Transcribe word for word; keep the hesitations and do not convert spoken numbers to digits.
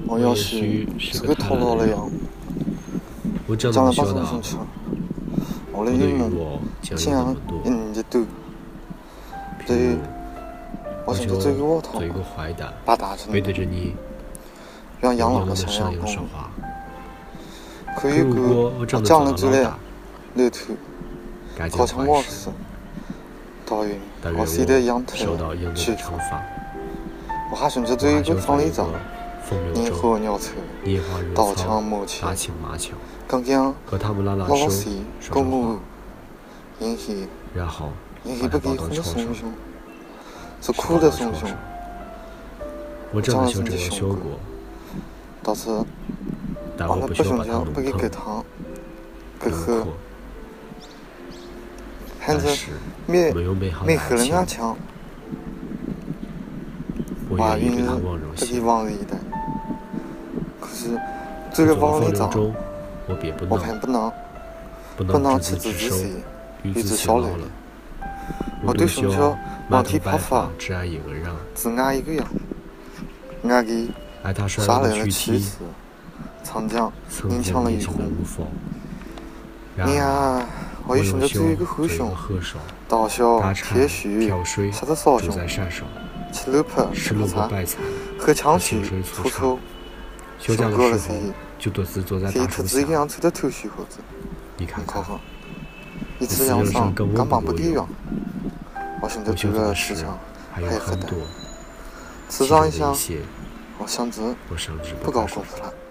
我也许是个太懒的羊，我长得不小的，我的羽毛竟有那么多。譬如，我就做一个坏蛋，背对着你，用养狼的声音说话。可如果我长得这么老大，该做坏事，但愿我受到应有的惩罚。我还做一个风流者，拈花惹草，刀枪打情骂俏，和他们拉拉手，说说话，然后把他抱到床上，去抱到床上。我真的就这样学过，但我不需要把它弄疼、弄破，但是没有美好的爱情。我愿意给他温柔些。在做风流中，我便不能不能执子之手，与子偕老了。我多希望满头白发只爱一个人，爱他帅冷的躯体，曾经年轻的无风。然而，我用心做一个和尚，打柴挑水，住在山上，吃萝卜白菜和清水粗茶。休假的时候，就独自坐在大树下。你看看，一次人生跟我不够用，我想做的事还有很多，其中的一些，我甚至不敢说出来。